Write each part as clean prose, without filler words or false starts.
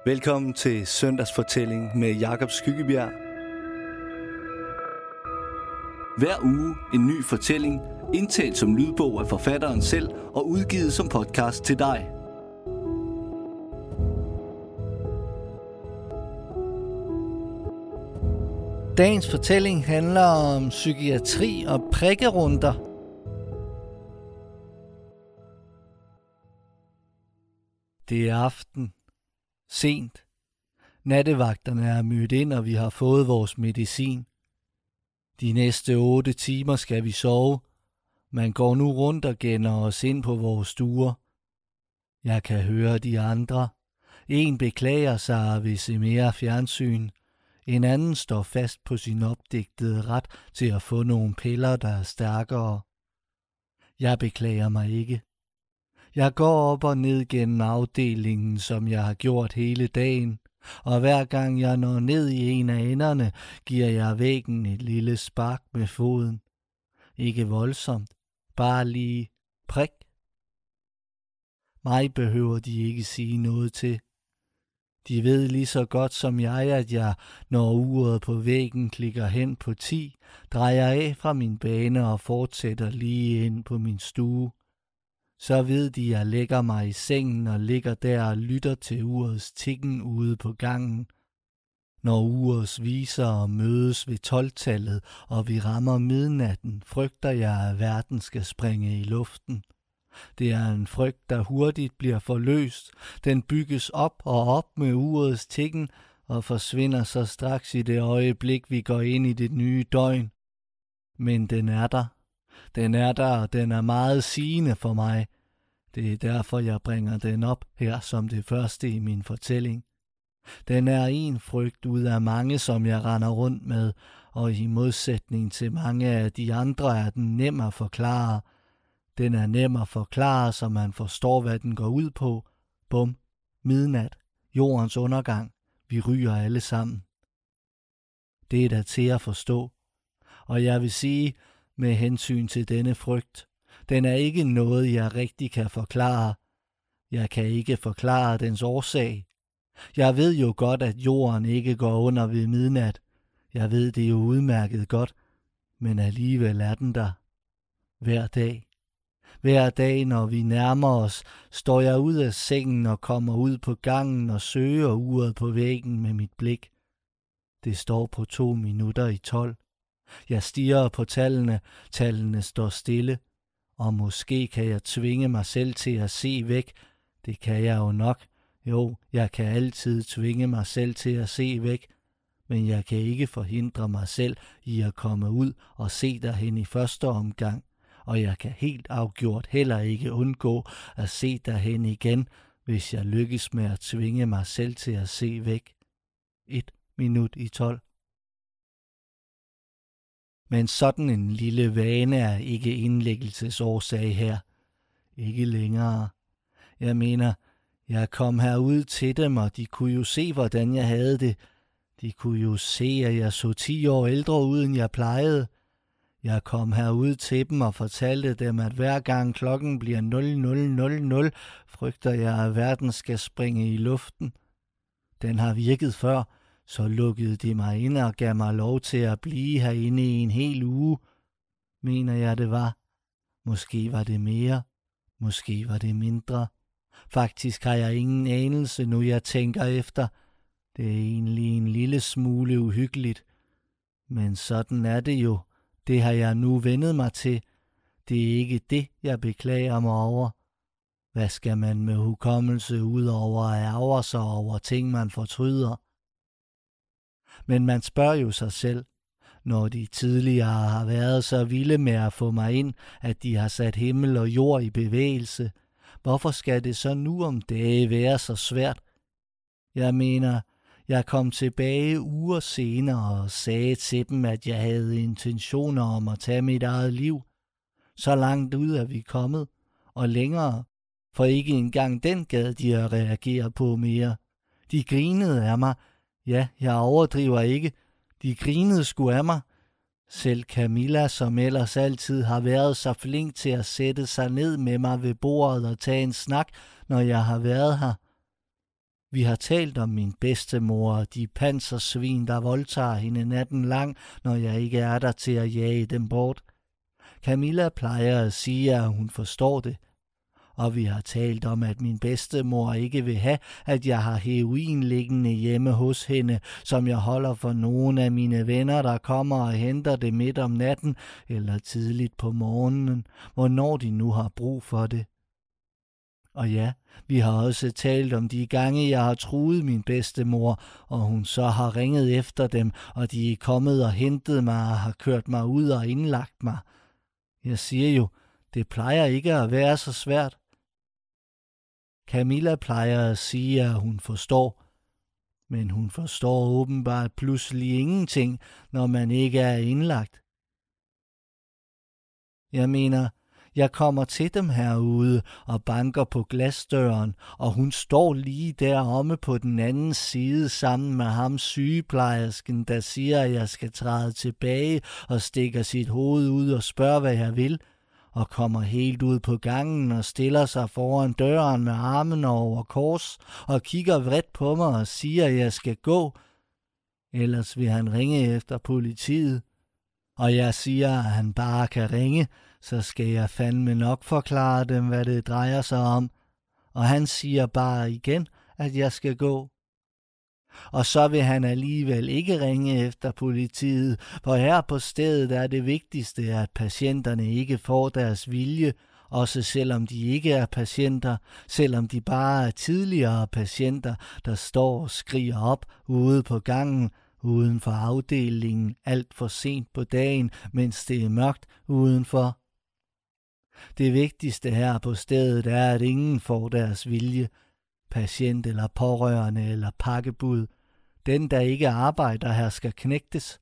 Velkommen til Søndagsfortælling med Jakob Skyggebjerg. Hver uge en ny fortælling, indtalt som lydbog af forfatteren selv og udgivet som podcast til dig. Dagens fortælling handler om psykiatri og prikkerunder. Det er aften. Sent. Nattevagterne er mødt ind, og vi har fået vores medicin. De næste 8 timer skal vi sove. Man går nu rundt og gænder os ind på vores stuer. Jeg kan høre de andre. En beklager sig ved se mere fjernsyn. En anden står fast på sin opdigtede ret til at få nogle piller, der er stærkere. Jeg beklager mig ikke. Jeg går op og ned gennem afdelingen, som jeg har gjort hele dagen, og hver gang jeg når ned i en af enderne, giver jeg væggen et lille spark med foden. Ikke voldsomt, bare lige prik. Mig behøver de ikke sige noget til. De ved lige så godt som jeg, at jeg, når uret på væggen klikker hen på 10, drejer af fra min bane og fortsætter lige ind på min stue. Så ved de, at jeg lægger mig i sengen og ligger der og lytter til urets tikken ude på gangen. Når urets viser mødes ved 12-tallet, og vi rammer midnatten, frygter jeg, at verden skal springe i luften. Det er en frygt, der hurtigt bliver forløst. Den bygges op og op med urets tikken og forsvinder så straks i det øjeblik, vi går ind i det nye døgn. Men den er der. Den er der, og den er meget sigende for mig. Det er derfor, jeg bringer den op her som det første i min fortælling. Den er en frygt ud af mange, som jeg render rundt med, og i modsætning til mange af de andre er den nem at forklare. Den er nem at forklare, så man forstår, hvad den går ud på. Bum, midnat, jordens undergang, vi ryger alle sammen. Det er da til at forstå. Og jeg vil sige, med hensyn til denne frygt, den er ikke noget, jeg rigtig kan forklare. Jeg kan ikke forklare dens årsag. Jeg ved jo godt, at jorden ikke går under ved midnat. Jeg ved det jo udmærket godt, men alligevel er den der. Hver dag. Hver dag, når vi nærmer os, står jeg ud af sengen og kommer ud på gangen og søger uret på væggen med mit blik. Det står på 2 minutter i 12. Jeg stirrer på tallene. Tallene står stille. Og måske kan jeg tvinge mig selv til at se væk. Det kan jeg jo nok. Jo, jeg kan altid tvinge mig selv til at se væk. Men jeg kan ikke forhindre mig selv i at komme ud og se derhen i første omgang. Og jeg kan helt afgjort heller ikke undgå at se derhen igen, hvis jeg lykkes med at tvinge mig selv til at se væk. 1 minut i 12. Men sådan en lille vane er ikke indlæggelsesårsag her. Ikke længere. Jeg mener, jeg kom herud til dem, og de kunne jo se, hvordan jeg havde det. De kunne jo se, at jeg så 10 år ældre ud, end jeg plejede. Jeg kom herud til dem og fortalte dem, at hver gang klokken bliver 00:00, frygter jeg, at verden skal springe i luften. Den har virket før, så lukkede de mig ind og gav mig lov til at blive herinde i en hel uge. Mener jeg det var. Måske var det mere. Måske var det mindre. Faktisk har jeg ingen anelse, nu jeg tænker efter. Det er egentlig en lille smule uhyggeligt. Men sådan er det jo. Det har jeg nu vendet mig til. Det er ikke det, jeg beklager mig over. Hvad skal man med hukommelse ud over at ærgre sig over ting, man fortryder? Men man spørger jo sig selv, når de tidligere har været så vilde med at få mig ind, at de har sat himmel og jord i bevægelse. Hvorfor skal det så nu om dage være så svært? Jeg mener, jeg kom tilbage uger senere og sagde til dem, at jeg havde intentioner om at tage mit eget liv. Så langt ud er vi kommet, og længere, for ikke engang den gad de at reagere på mere. De grinede af mig. Ja, jeg overdriver ikke. De grinede sgu af mig. Selv Camilla, som ellers altid har været så flink til at sætte sig ned med mig ved bordet og tage en snak, når jeg har været her. Vi har talt om min bedstemor og de pansersvin, der voldtager hende natten lang, når jeg ikke er der til at jage dem bort. Camilla plejer at sige, at hun forstår det. Og vi har talt om, at min bedstemor ikke vil have, at jeg har heroin liggende hjemme hos hende, som jeg holder for nogle af mine venner, der kommer og henter det midt om natten eller tidligt på morgenen, hvornår de nu har brug for det. Og ja, vi har også talt om de gange, jeg har truet min bedstemor, og hun så har ringet efter dem, og de er kommet og hentet mig og har kørt mig ud og indlagt mig. Jeg siger jo, det plejer ikke at være så svært. Camilla plejer at sige, at hun forstår, men hun forstår åbenbart pludselig ingenting, når man ikke er indlagt. Jeg mener, jeg kommer til dem herude og banker på glasdøren, og hun står lige deromme på den anden side sammen med ham sygeplejersken, der siger, at jeg skal træde tilbage og stikker sit hoved ud og spørger, hvad jeg vil, og kommer helt ud på gangen og stiller sig foran døren med armene over kors og kigger vredt på mig og siger, at jeg skal gå. Ellers vil han ringe efter politiet. Og jeg siger, at han bare kan ringe, så skal jeg fandme nok forklare dem, hvad det drejer sig om. Og han siger bare igen, at jeg skal gå. Og så vil han alligevel ikke ringe efter politiet, for her på stedet er det vigtigste, at patienterne ikke får deres vilje, også selvom de ikke er patienter, selvom de bare er tidligere patienter, der står og skriger op ude på gangen, uden for afdelingen, alt for sent på dagen, mens det er mørkt udenfor. Det vigtigste her på stedet er, at ingen får deres vilje, patient eller pårørende eller pakkebud. Den, der ikke arbejder her, skal knægtes.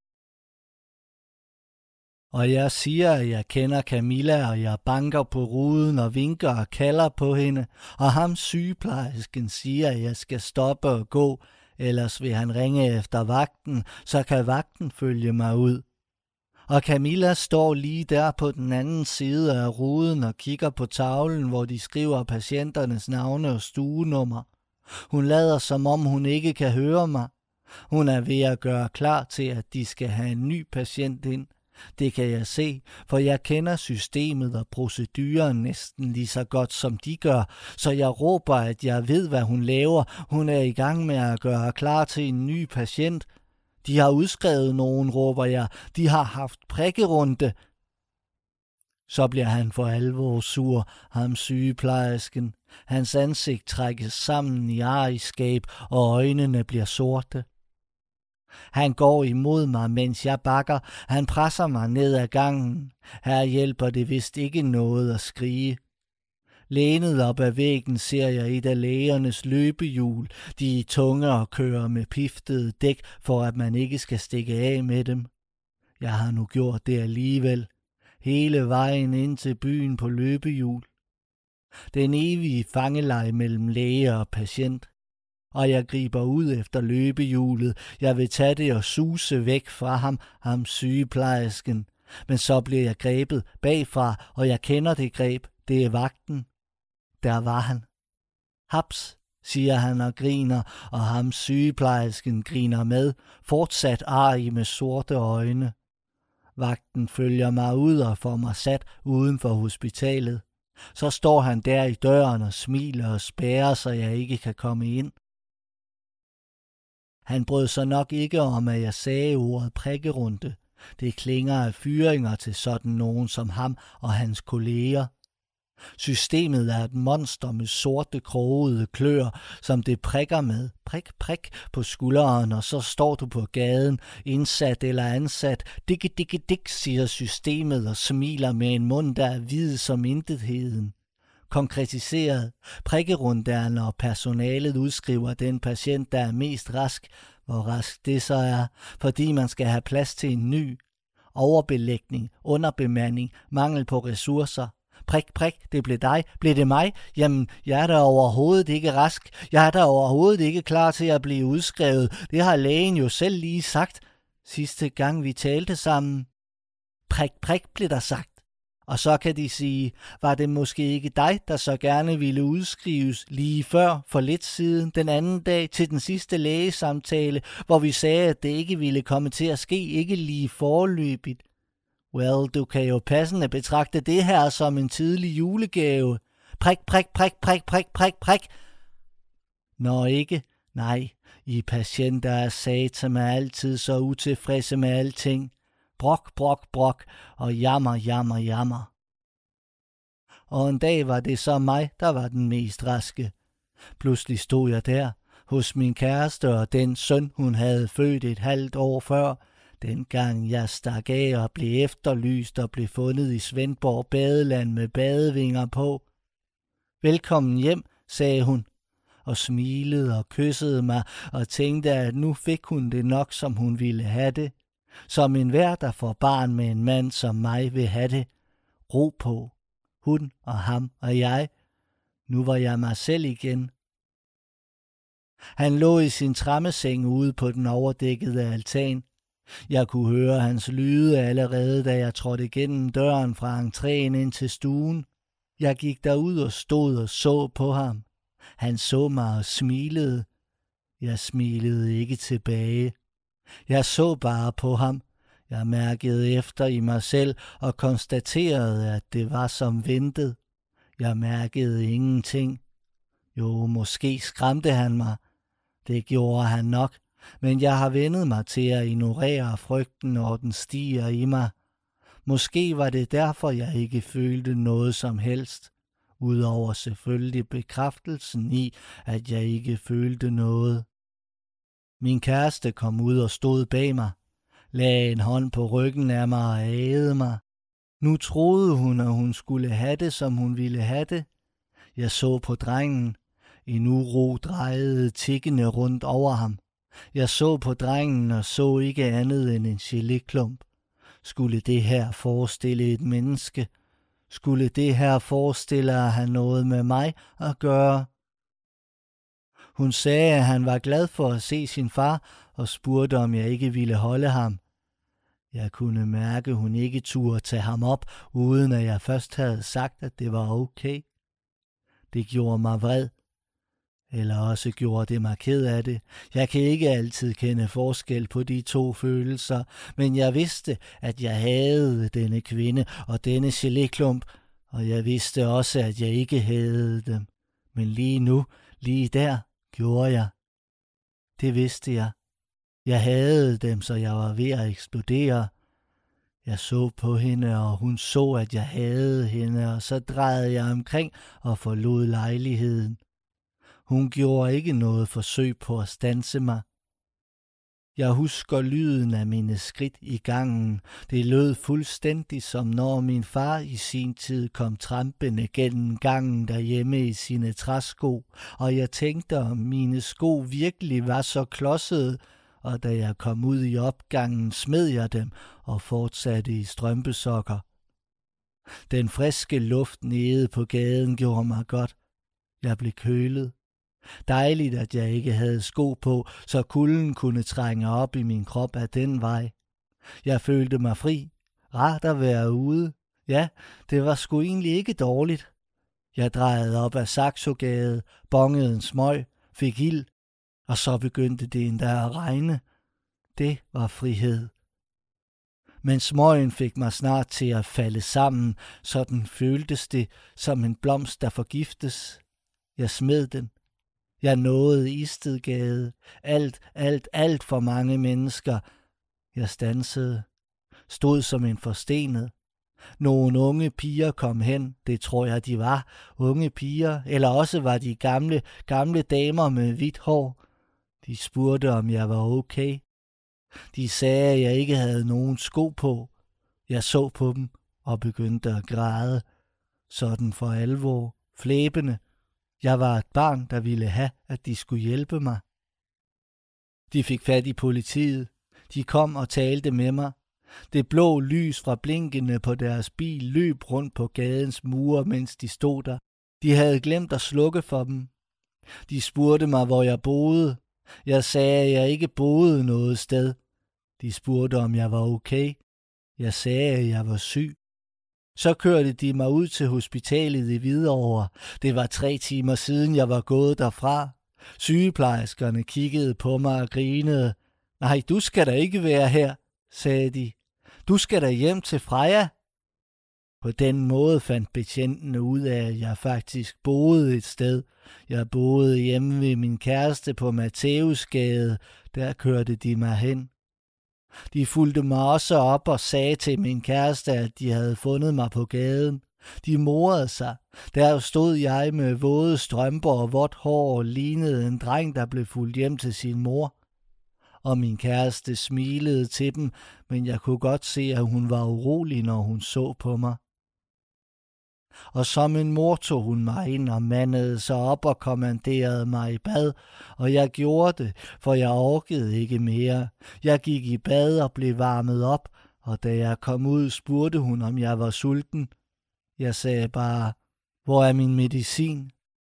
Og jeg siger, at jeg kender Camilla, og jeg banker på ruden og vinker og kalder på hende, og ham sygeplejersken siger, at jeg skal stoppe og gå, ellers vil han ringe efter vagten, så kan vagten følge mig ud. Og Camilla står lige der på den anden side af ruden og kigger på tavlen, hvor de skriver patienternes navne og stuenummer. Hun lader, som om hun ikke kan høre mig. Hun er ved at gøre klar til, at de skal have en ny patient ind. Det kan jeg se, for jeg kender systemet og proceduren næsten lige så godt, som de gør, så jeg råber, at jeg ved, hvad hun laver. Hun er i gang med at gøre klar til en ny patient. De har udskrevet nogen, råber jeg. De har haft prikkerunde. Så bliver han for alvor sur, ham sygeplejersken. Hans ansigt trækkes sammen i ariskab, og øjnene bliver sorte. Han går imod mig, mens jeg bakker. Han presser mig ned ad gangen. Her hjælper det vist ikke noget at skrige. Lænet op ad væggen ser jeg et af lægernes løbehjul. De er tunge og kører med piftede dæk, for at man ikke skal stikke af med dem. Jeg har nu gjort det alligevel. Hele vejen ind til byen på løbehjul. Den evige fangeleg mellem læge og patient. Og jeg griber ud efter løbehjulet. Jeg vil tage det og suse væk fra ham sygeplejersken. Men så bliver jeg grebet bagfra, og jeg kender det greb. Det er vagten. Der var han. Haps, siger han og griner, og ham sygeplejersken griner med, fortsat arrig med sorte øjne. Vagten følger mig ud og får mig sat uden for hospitalet. Så står han der i døren og smiler og spærrer, så jeg ikke kan komme ind. Han brød sig nok ikke om, at jeg sagde ordet prikkerunde. Det klinger af fyringer til sådan nogen som ham og hans kolleger. Systemet er et monster med sorte krogede klør, som det prikker med, prik, prik på skulderen, og så står du på gaden, indsat eller ansat. Dikke, dikke, dik, siger systemet og smiler med en mund, der er hvid som intetheden. Konkretiseret. Prikkerunderne og personalet udskriver den patient, der er mest rask, hvor rask det så er, fordi man skal have plads til en ny. Overbelægning, underbemanding, mangel på ressourcer. Prik, prik, det blev dig. Blev det mig? Jamen, jeg er da overhovedet ikke rask. Jeg er da overhovedet ikke klar til at blive udskrevet. Det har lægen jo selv lige sagt, sidste gang vi talte sammen. Prik, prik, blev der sagt. Og så kan de sige, var det måske ikke dig, der så gerne ville udskrives lige før, for lidt siden, den anden dag til den sidste lægesamtale, hvor vi sagde, at det ikke ville komme til at ske, ikke lige forløbigt. Well, du kan jo passende betragte det her som en tidlig julegave. Prik, prik, prik, prik, prik, prik, prik. Nå ikke, nej, I patienter er satme altid så utilfredse med alting. Brok, brok, brok og jammer, jammer, jammer. Og en dag var det så mig, der var den mest raske. Pludselig stod jeg der hos min kæreste og den søn, hun havde født et halvt år før, dengang jeg stak af og blev efterlyst og blev fundet i Svendborg badeland med badevinger på. Velkommen hjem, sagde hun, og smilede og kyssede mig og tænkte, at nu fik hun det nok, som hun ville have det. Som enhver, der får barn med en mand som mig, vil have det. Ro på. Hun og ham og jeg. Nu var jeg mig selv igen. Han lå i sin trammeseng ude på den overdækkede altan. Jeg kunne høre hans lyde allerede, da jeg trådte igennem døren fra entréen ind til stuen. Jeg gik derud og stod og så på ham. Han så mig og smilede. Jeg smilede ikke tilbage. Jeg så bare på ham. Jeg mærkede efter i mig selv og konstaterede, at det var som ventet. Jeg mærkede ingenting. Jo, måske skræmte han mig. Det gjorde han nok, men jeg har vendet mig til at ignorere frygten, når den stiger i mig. Måske var det derfor, jeg ikke følte noget som helst. Udover selvfølgelig bekræftelsen i, at jeg ikke følte noget. Min kæreste kom ud og stod bag mig, lagde en hånd på ryggen af mig og agede mig. Nu troede hun, at hun skulle have det, som hun ville have det. Jeg så på drengen. En uro drejede tikkende rundt over ham. Jeg så på drengen og så ikke andet end en geléklump. Skulle det her forestille et menneske? Skulle det her forestille at have noget med mig at gøre? Hun sagde, at han var glad for at se sin far og spurgte, om jeg ikke ville holde ham. Jeg kunne mærke, at hun ikke turde tage ham op, uden at jeg først havde sagt, at det var okay. Det gjorde mig vred. Eller også gjorde det mig ked af det. Jeg kan ikke altid kende forskel på de to følelser, men jeg vidste, at jeg havde denne kvinde og denne geléklump, og jeg vidste også, at jeg ikke havde dem. Men lige nu, lige der, gjorde jeg. Det vidste jeg. Jeg havde dem, så jeg var ved at eksplodere. Jeg så på hende, og hun så, at jeg havde hende, og så drejede jeg omkring og forlod lejligheden. Hun gjorde ikke noget forsøg på at standse mig. Jeg husker lyden af mine skridt i gangen. Det lød fuldstændig som når min far i sin tid kom trampende gennem gangen derhjemme i sine træsko, og jeg tænkte, om mine sko virkelig var så klodsede, og da jeg kom ud i opgangen, smed jeg dem og fortsatte i strømpesokker. Den friske luft nede på gaden gjorde mig godt. Jeg blev kølet. Dejligt, at jeg ikke havde sko på, så kulden kunne trænge op i min krop af den vej. Jeg følte mig fri. Rart at være ude. Ja, det var sgu egentlig ikke dårligt. Jeg drejede op ad Saxogade, bongede en smøg, fik ild, og så begyndte det endda at regne. Det var frihed. Men smøgen fik mig snart til at falde sammen, sådan føltes det som en blomst, der forgiftes. Jeg smed den. Jeg nåede Istedgade. Alt for mange mennesker. Jeg stansede. Stod som en forstenet. Nogle unge piger kom hen. Det tror jeg, de var. Unge piger. Eller også var de gamle damer med hvidt hår. De spurgte, om jeg var okay. De sagde, at jeg ikke havde nogen sko på. Jeg så på dem og begyndte at græde. Sådan for alvor. Flæbende. Jeg var et barn, der ville have, at de skulle hjælpe mig. De fik fat i politiet. De kom og talte med mig. Det blå lys fra blinkene på deres bil løb rundt på gadens mure, mens de stod der. De havde glemt at slukke for dem. De spurgte mig, hvor jeg boede. Jeg sagde, at jeg ikke boede noget sted. De spurgte, om jeg var okay. Jeg sagde, at jeg var syg. Så kørte de mig ud til hospitalet i Hvidovre. Det var 3 timer siden, jeg var gået derfra. Sygeplejerskerne kiggede på mig og grinede. Nej, du skal da ikke være her, sagde de. Du skal da hjem til Freja. På den måde fandt betjentene ud af, at jeg faktisk boede et sted. Jeg boede hjemme ved min kæreste på Matthæusgade. Der kørte de mig hen. De fulgte mig også op og sagde til min kæreste, at de havde fundet mig på gaden. De morede sig. Der stod jeg med våde strømper og vådt hår og lignede en dreng, der blev fulgt hjem til sin mor. Og min kæreste smilede til dem, men jeg kunne godt se, at hun var urolig, når hun så på mig. Og som en mor tog hun mig ind og mandede sig op og kommanderede mig i bad, og jeg gjorde det, for jeg orkede ikke mere. Jeg gik i bad og blev varmet op, og da jeg kom ud, spurgte hun, om jeg var sulten. Jeg sagde bare, hvor er min medicin?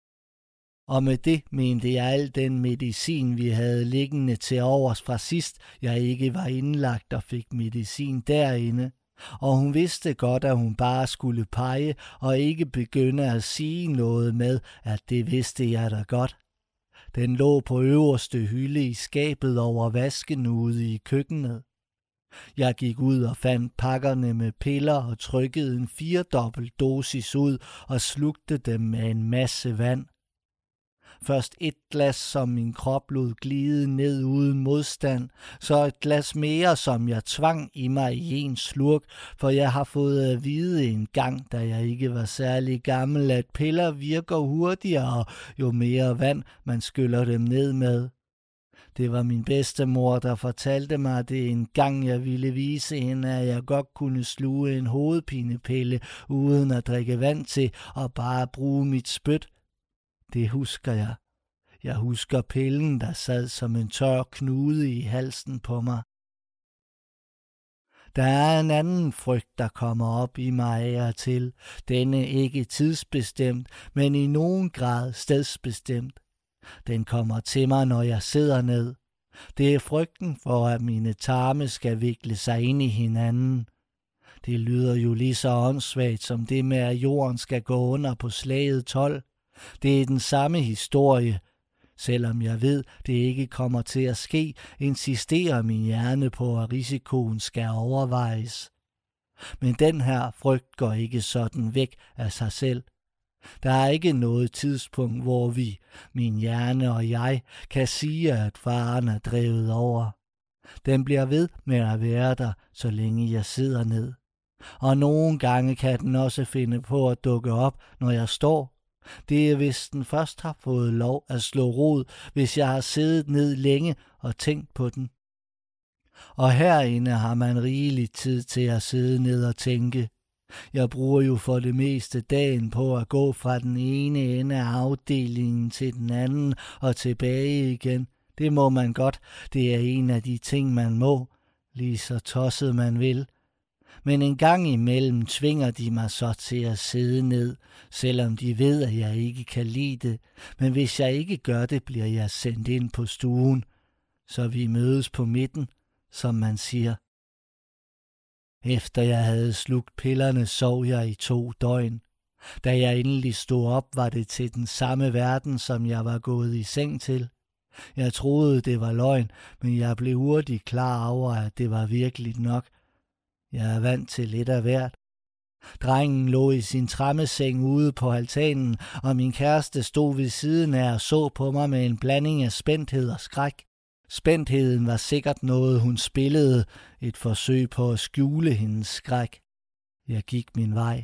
Og med det mente jeg al den medicin, vi havde liggende til overs fra sidst, jeg ikke var indlagt og fik medicin derinde. Og hun vidste godt, at hun bare skulle pege og ikke begynde at sige noget med, at det vidste jeg da godt. Den lå på øverste hylde i skabet over vasken ude i køkkenet. Jeg gik ud og fandt pakkerne med piller og trykkede en 4-dobbelt dosis ud og slugte dem med en masse vand. Først et glas, som min krop lod glide ned uden modstand, så et glas mere, som jeg tvang i mig i en slurk, for jeg har fået at vide en gang, da jeg ikke var særlig gammel, at piller virker hurtigere, jo mere vand man skyller dem ned med. Det var min bedstemor, der fortalte mig det en gang, jeg ville vise hende, at jeg godt kunne sluge en hovedpinepille uden at drikke vand til og bare bruge mit spyt. Det husker jeg. Jeg husker pillen, der sad som en tør knude i halsen på mig. Der er en anden frygt, der kommer op i mig af og til. Denne ikke tidsbestemt, men i nogen grad stedsbestemt. Den kommer til mig, når jeg sidder ned. Det er frygten for, at mine tarme skal vikle sig ind i hinanden. Det lyder jo lige så åndssvagt som det med, at jorden skal gå under på slaget 12. Det er den samme historie. Selvom jeg ved, det ikke kommer til at ske, insisterer min hjerne på, at risikoen skal overvejes. Men den her frygt går ikke sådan væk af sig selv. Der er ikke noget tidspunkt, hvor vi, min hjerne og jeg, kan sige, at faren er drevet over. Den bliver ved med at være der, så længe jeg sidder ned. Og nogle gange kan den også finde på at dukke op, når jeg står. Det er, hvis den først har fået lov at slå rod, hvis jeg har siddet ned længe og tænkt på den. Og herinde har man rigelig tid til at sidde ned og tænke. Jeg bruger jo for det meste dagen på at gå fra den ene ende af afdelingen til den anden og tilbage igen. Det må man godt. Det er en af de ting, man må. Lige så tosset man vil. Men en gang imellem tvinger de mig så til at sidde ned, selvom de ved, at jeg ikke kan lide det. Men hvis jeg ikke gør det, bliver jeg sendt ind på stuen. Så vi mødes på midten, som man siger. Efter jeg havde slugt pillerne, sov jeg i 2 døgn. Da jeg endelig stod op, var det til den samme verden, som jeg var gået i seng til. Jeg troede, det var løgn, men jeg blev hurtigt klar over, at det var virkelig nok. Jeg er vant til lidt af hvert. Drengen lå i sin trammeseng ude på altanen, og min kæreste stod ved siden af og så på mig med en blanding af spændthed og skræk. Spændtheden var sikkert noget, hun spillede, et forsøg på at skjule hendes skræk. Jeg gik min vej.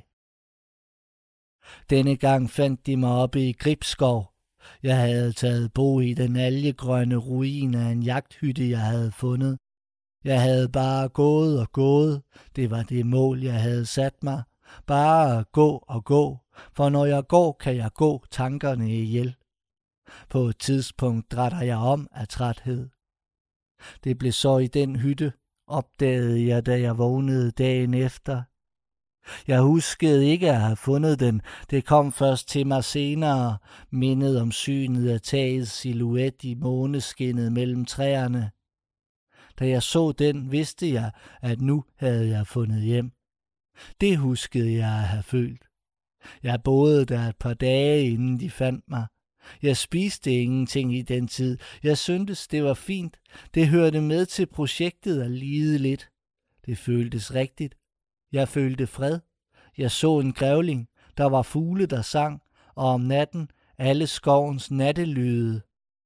Denne gang fandt de mig oppe i Gribskov. Jeg havde taget bo i den algegrønne ruin af en jagthytte, jeg havde fundet. Jeg havde bare gået og gået. Det var det mål, jeg havde sat mig. Bare gå og gå. For når jeg går, kan jeg gå tankerne ihjel. På et tidspunkt drætter jeg om af træthed. Det blev så i den hytte, opdagede jeg, da jeg vågnede dagen efter. Jeg huskede ikke at have fundet den. Det kom først til mig senere, mindet om synet af tagets silhuet i måneskinnet mellem træerne. Da jeg så den, vidste jeg, at nu havde jeg fundet hjem. Det huskede jeg at have følt. Jeg boede der et par dage, inden de fandt mig. Jeg spiste ingenting i den tid. Jeg syntes, det var fint. Det hørte med til projektet at lide lidt. Det føltes rigtigt. Jeg følte fred. Jeg så en grævling. Der var fugle, der sang, og om natten alle skovens nattelyde.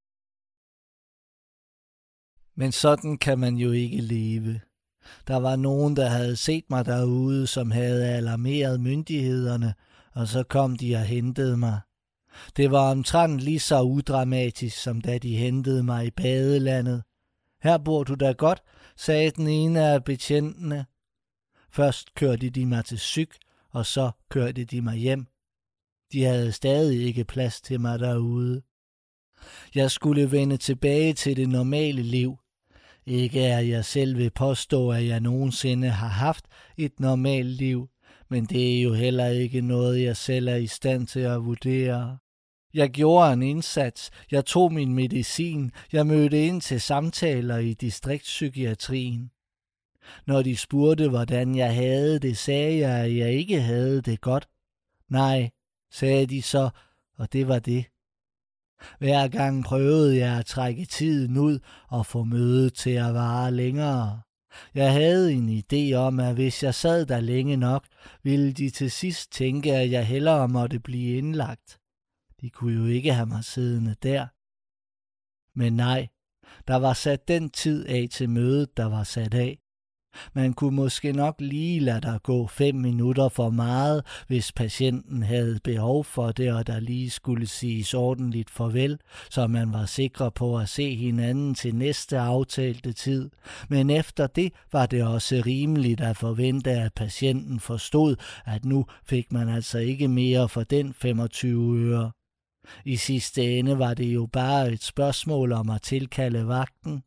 Men sådan kan man jo ikke leve. Der var nogen, der havde set mig derude, som havde alarmeret myndighederne, og så kom de og hentede mig. Det var omtrent lige så udramatisk, som da de hentede mig i badelandet. Her bor du da godt, sagde den ene af betjentene. Først kørte de mig til psyk, og så kørte de mig hjem. De havde stadig ikke plads til mig derude. Jeg skulle vende tilbage til det normale liv. Ikke at jeg selv vil påstå, at jeg nogensinde har haft et normalt liv, men det er jo heller ikke noget, jeg selv er i stand til at vurdere. Jeg gjorde en indsats, jeg tog min medicin, jeg mødte ind til samtaler i distriktspsykiatrien. Når de spurgte, hvordan jeg havde det, sagde jeg, at jeg ikke havde det godt. Nej, sagde de så, og det var det. Hver gang prøvede jeg at trække tiden ud og få mødet til at vare længere. Jeg havde en idé om, at hvis jeg sad der længe nok, ville de til sidst tænke, at jeg hellere måtte blive indlagt. De kunne jo ikke have mig siddende der. Men nej, der var sat den tid af til mødet, der var sat af. Man kunne måske nok lige lade der gå 5 minutter for meget, hvis patienten havde behov for det, og der lige skulle siges ordentligt farvel, så man var sikker på at se hinanden til næste aftalte tid. Men efter det var det også rimeligt at forvente, at patienten forstod, at nu fik man altså ikke mere for den 25 øre. I sidste ende var det jo bare et spørgsmål om at tilkalde vagten.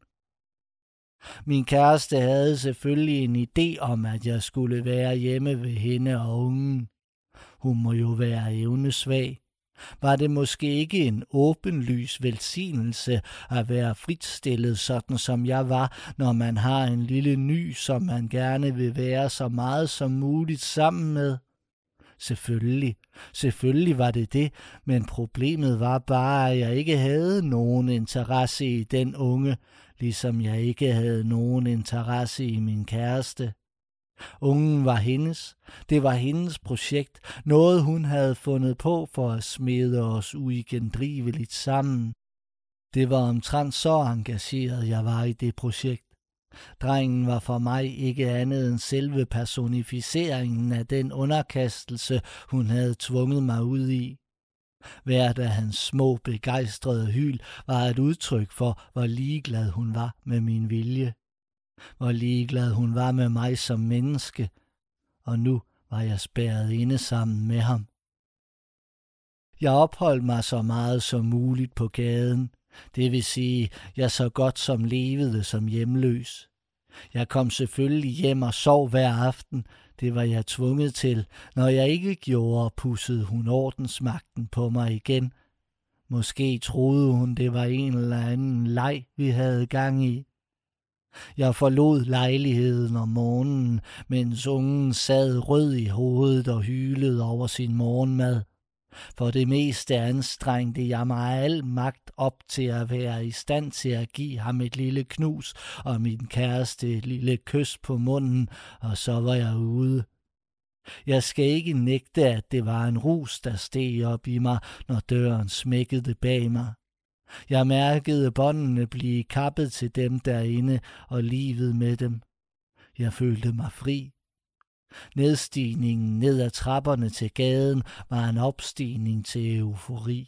Min kæreste havde selvfølgelig en idé om, at jeg skulle være hjemme ved hende og ungen. Hun må jo være evnesvag. Var det måske ikke en åbenlys velsignelse at være fritstillet, sådan som jeg var, når man har en lille ny, som man gerne vil være så meget som muligt sammen med? Selvfølgelig var det det, men problemet var bare, at jeg ikke havde nogen interesse i den unge, ligesom jeg ikke havde nogen interesse i min kæreste. Ungen var hendes. Det var hendes projekt, noget hun havde fundet på for at smede os uigendriveligt sammen. Det var omtrent så engageret, jeg var i det projekt. Drengen var for mig ikke andet end selve personificeringen af den underkastelse, hun havde tvunget mig ud i. Hvert af hans små begejstrede hyl var et udtryk for, hvor ligeglad hun var med min vilje. Hvor ligeglad hun var med mig som menneske, og nu var jeg spærret inde sammen med ham. Jeg opholdt mig så meget som muligt på gaden, det vil sige, jeg så godt som levede som hjemløs. Jeg kom selvfølgelig hjem og sov hver aften, det var jeg tvunget til. Når jeg ikke gjorde, pudsede hun ordensmagten på mig igen. Måske troede hun, det var en eller anden leg, vi havde gang i. Jeg forlod lejligheden om morgenen, mens ungen sad rød i hovedet og hylede over sin morgenmad. For det meste anstrengte jeg mig al magt op til at være i stand til at give ham et lille knus og min kæreste et lille kys på munden, og så var jeg ude. Jeg skal ikke nægte, at det var en rus, der steg op i mig, når døren smækkede bag mig. Jeg mærkede båndene blive kappet til dem derinde og livet med dem. Jeg følte mig fri. Nedstigningen ned ad trapperne til gaden var en opstigning til eufori.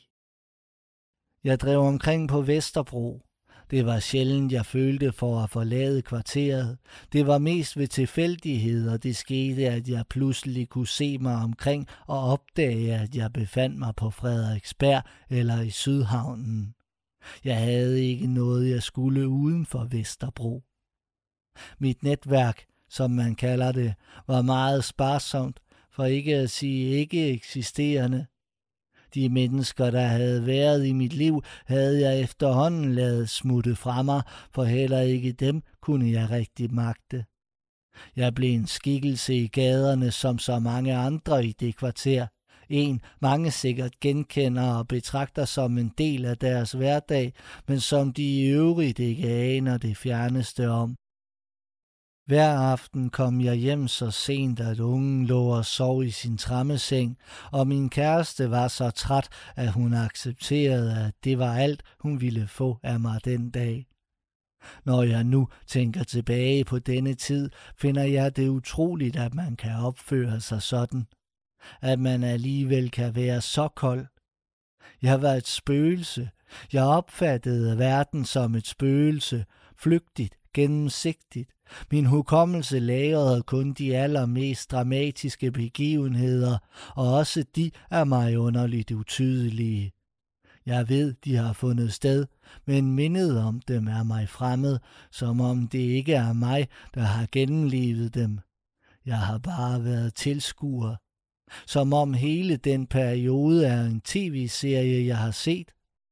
Jeg drev omkring på Vesterbro. Det var sjældent, jeg følte for at forlade kvarteret. Det var mest ved tilfældighed, og det skete, at jeg pludselig kunne se mig omkring og opdage, at jeg befandt mig på Frederiksberg eller i Sydhavnen. Jeg havde ikke noget, jeg skulle uden for Vesterbro. Mit netværk, som man kalder det, var meget sparsomt, for ikke at sige ikke eksisterende. De mennesker, der havde været i mit liv, havde jeg efterhånden ladet smutte fra mig, for heller ikke dem kunne jeg rigtig magte. Jeg blev en skikkelse i gaderne som så mange andre i det kvarter. En mange sikkert genkender og betragter som en del af deres hverdag, men som de i øvrigt ikke aner det fjerneste om. Hver aften kom jeg hjem så sent, at ungen lå og sov i sin trammeseng, og min kæreste var så træt, at hun accepterede, at det var alt, hun ville få af mig den dag. Når jeg nu tænker tilbage på denne tid, finder jeg det utroligt, at man kan opføre sig sådan. At man alligevel kan være så kold. Jeg var et spøgelse. Jeg opfattede verden som et spøgelse, flygtigt, gennemsigtigt. Min hukommelse lagrede kun de allermest dramatiske begivenheder, og også de er mig underligt utydelige. Jeg ved, de har fundet sted, men mindet om dem er mig fremmed, som om det ikke er mig, der har gennemlevet dem. Jeg har bare været tilskuer. Som om hele den periode er en tv-serie, jeg har set.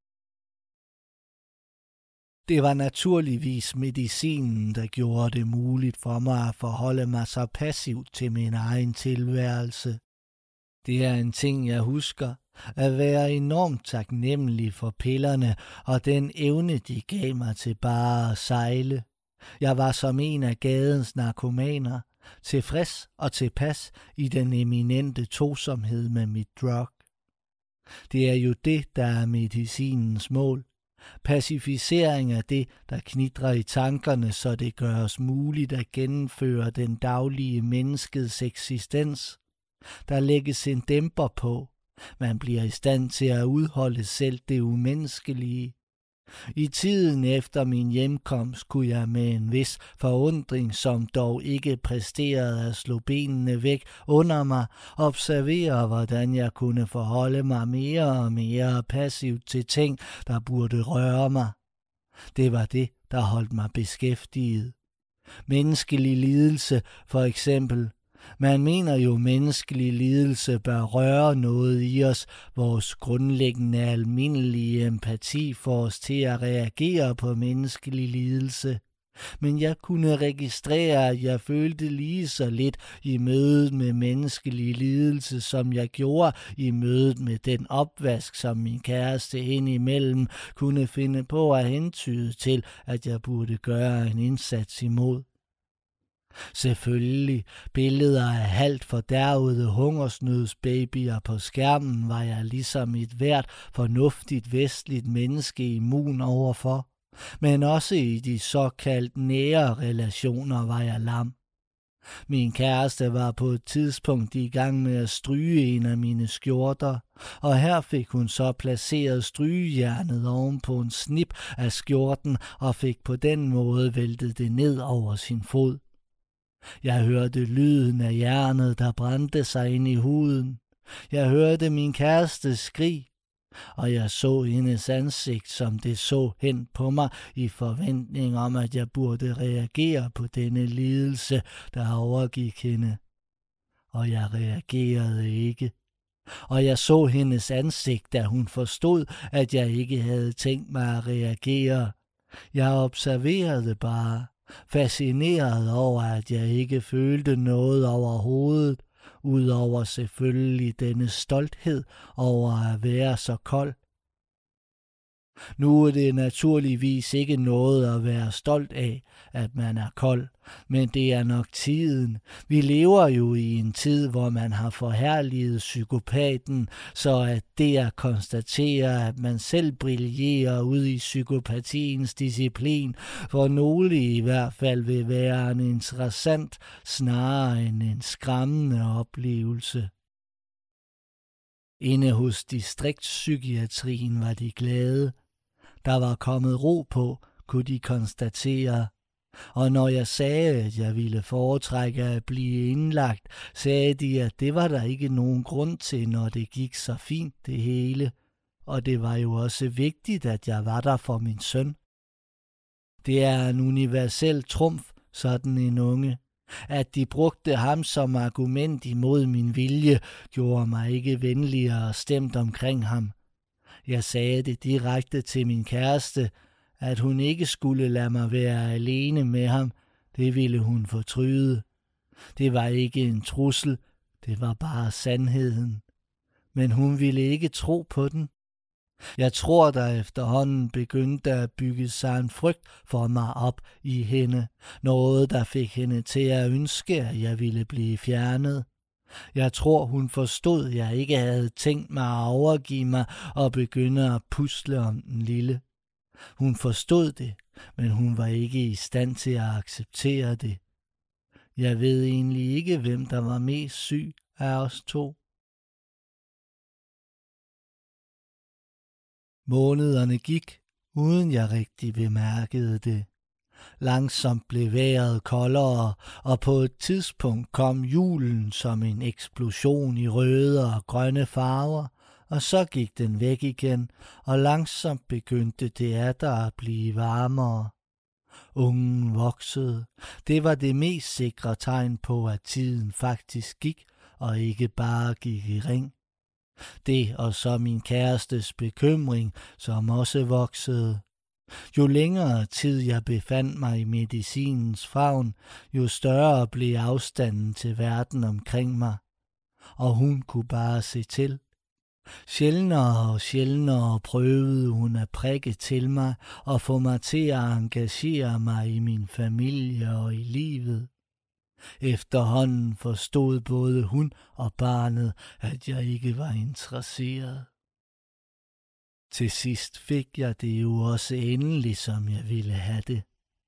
Det var naturligvis medicinen, der gjorde det muligt for mig at forholde mig så passivt til min egen tilværelse. Det er en ting, jeg husker, at være enormt taknemmelig for pillerne og den evne, de gav mig til bare at sejle. Jeg var som en af gadens narkomaner, tilfreds og tilpas i den eminente tosomhed med mit drug. Det er jo det, der er medicinens mål. Pacificering af det, der knitrer i tankerne, så det gøres muligt at gennemføre den daglige menneskets eksistens. Der lægges en dæmper på. Man bliver i stand til at udholde selv det umenneskelige. I tiden efter min hjemkomst kunne jeg med en vis forundring, som dog ikke præsterede at slå benene væk under mig, observere, hvordan jeg kunne forholde mig mere og mere passivt til ting, der burde røre mig. Det var det, der holdt mig beskæftiget. Menneskelig lidelse, for eksempel. Man mener jo, menneskelig lidelse bør røre noget i os. Vores grundlæggende almindelige empati får os til at reagere på menneskelig lidelse. Men jeg kunne registrere, at jeg følte lige så lidt i mødet med menneskelig lidelse, som jeg gjorde i mødet med den opvask, som min kæreste indimellem kunne finde på at hentyde til, at jeg burde gøre en indsats imod. Selvfølgelig, billeder af halvt fordærvede hungersnødsbabyer på skærmen var jeg ligesom et hvert fornuftigt vestligt menneske immun overfor. Men også i de såkaldt nære relationer var jeg lam. Min kæreste var på et tidspunkt i gang med at stryge en af mine skjorter, og her fik hun så placeret strygejernet oven på en snip af skjorten og fik på den måde væltet det ned over sin fod. Jeg hørte lyden af jernet, der brændte sig ind i huden. Jeg hørte min kæreste skrig, og jeg så hendes ansigt, som det så hen på mig i forventning om, at jeg burde reagere på denne lidelse, der overgik hende. Og jeg reagerede ikke. Og jeg så hendes ansigt, da hun forstod, at jeg ikke havde tænkt mig at reagere. Jeg observerede bare, fascineret over, at jeg ikke følte noget overhovedet, udover selvfølgelig denne stolthed over at være så kold. Nu er det naturligvis ikke noget at være stolt af, at man er kold, men det er nok tiden. Vi lever jo i en tid, hvor man har forherliget psykopaten, så at det at konstatere, at man selv brillerer ud i psykopatiens disciplin, for nogle i hvert fald vil være en interessant, snarere end en skræmmende oplevelse. Inde hos distriktspsykiatrien var de glade. Der var kommet ro på, kunne de konstatere. Og når jeg sagde, at jeg ville foretrække at blive indlagt, sagde de, at det var der ikke nogen grund til, når det gik så fint det hele. Og det var jo også vigtigt, at jeg var der for min søn. Det er en universel trumf, sådan en unge. At de brugte ham som argument imod min vilje, gjorde mig ikke venligere stemt omkring ham. Jeg sagde det direkte til min kæreste, at hun ikke skulle lade mig være alene med ham. Det ville hun fortryde. Det var ikke en trussel, det var bare sandheden. Men hun ville ikke tro på den. Jeg tror, der efterhånden begyndte at bygge sig en frygt for mig op i hende. Noget, der fik hende til at ønske, at jeg ville blive fjernet. Jeg tror, hun forstod, at jeg ikke havde tænkt mig at overgive mig og begynde at pusle om den lille. Hun forstod det, men hun var ikke i stand til at acceptere det. Jeg ved egentlig ikke, hvem der var mest syg af os to. Månederne gik, uden jeg rigtig bemærkede det. Langsomt blev vejret koldere, og på et tidspunkt kom julen som en eksplosion i røde og grønne farver, og så gik den væk igen, og langsomt begyndte det atter at blive varmere. Ungen voksede. Det var det mest sikre tegn på, at tiden faktisk gik, og ikke bare gik i ring. Det og så min kærestes bekymring, som også voksede. Jo længere tid jeg befandt mig i medicinens favn, jo større blev afstanden til verden omkring mig, og hun kunne bare se til. Sjældnere og sjældnere prøvede hun at prikke til mig og få mig til at engagere mig i min familie og i livet. Efterhånden forstod både hun og barnet, at jeg ikke var interesseret. Til sidst fik jeg det jo også endelig, som jeg ville have det.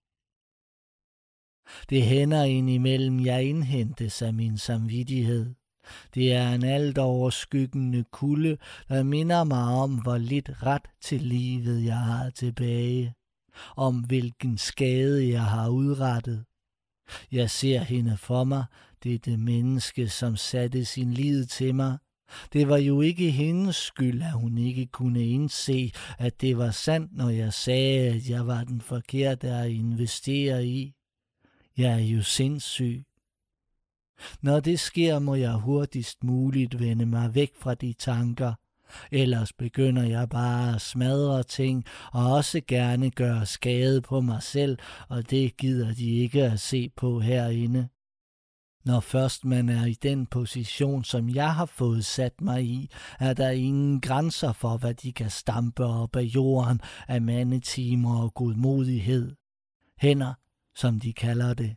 Det hænder indimellem, jeg indhentes af min samvittighed. Det er en alt overskyggende kulde, der minder mig om, hvor lidt ret til livet jeg har tilbage. Om hvilken skade jeg har udrettet. Jeg ser hende for mig, dette menneske, som satte sin lid til mig. Det var jo ikke hendes skyld, at hun ikke kunne indse, at det var sandt, når jeg sagde, at jeg var den forkerte at investere i. Jeg er jo sindssyg. Når det sker, må jeg hurtigst muligt vende mig væk fra de tanker. Ellers begynder jeg bare at smadre ting og også gerne gøre skade på mig selv, og det gider de ikke at se på herinde. Når først man er i den position, som jeg har fået sat mig i, er der ingen grænser for, hvad de kan stampe op af jorden af mandetimer og godmodighed. Hænder, som de kalder det.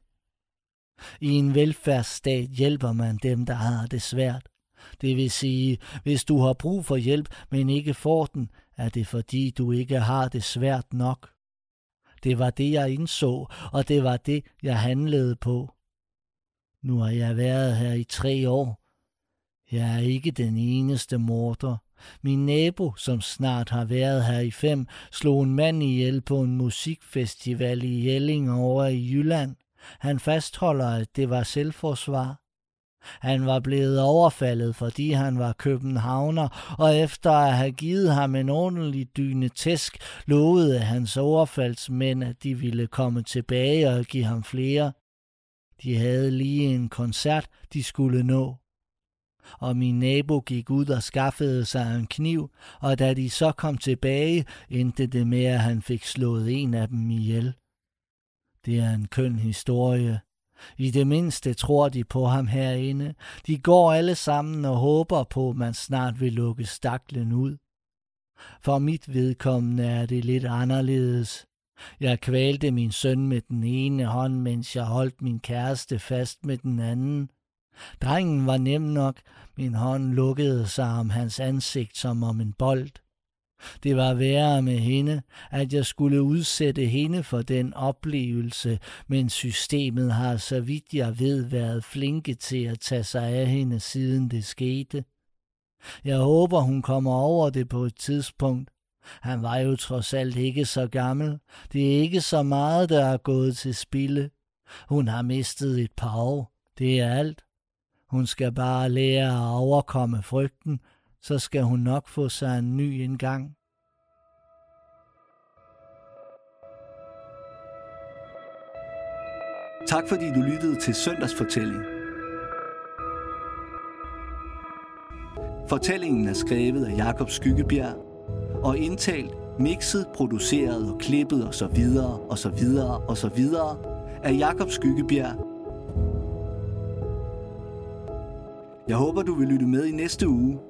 I en velfærdsstat hjælper man dem, der har det svært. Det vil sige, hvis du har brug for hjælp, men ikke får den, er det fordi du ikke har det svært nok. Det var det, jeg indså, og det var det, jeg handlede på. Nu har jeg været her i 3 år. Jeg er ikke den eneste morder. Min nabo, som snart har været her i 5, slog en mand ihjel på en musikfestival i Jelling over i Jylland. Han fastholder, at det var selvforsvar. Han var blevet overfaldet, fordi han var københavner, og efter at have givet ham en ordentlig dyne tæsk, lovede hans overfaldsmænd, at de ville komme tilbage og give ham flere. De havde lige en koncert, de skulle nå. Og min nabo gik ud og skaffede sig en kniv, og da de så kom tilbage, endte det med, at han fik slået en af dem ihjel. Det er en køn historie. I det mindste tror de på ham herinde. De går alle sammen og håber på, at man snart vil lukke staklen ud. For mit vedkommende er det lidt anderledes. Jeg kvalte min søn med den ene hånd, mens jeg holdt min kæreste fast med den anden. Drengen var nem nok. Min hånd lukkede sig om hans ansigt som om en bold. Det var værre med hende, at jeg skulle udsætte hende for den oplevelse, men systemet har, så vidt jeg ved, været flinke til at tage sig af hende, siden det skete. Jeg håber, hun kommer over det på et tidspunkt. Han var jo trods alt ikke så gammel. Det er ikke så meget, der er gået til spilde. Hun har mistet et par år. Det er alt. Hun skal bare lære at overkomme frygten, så skal hun nok få sig en ny engang. Tak fordi du lyttede til Søndagsfortælling. Fortællingen er skrevet af Jakob Skyggebjerg og indtalt, mixet, produceret og klippet og så videre og så videre og så videre af Jakob Skyggebjerg. Jeg håber, du vil lytte med i næste uge,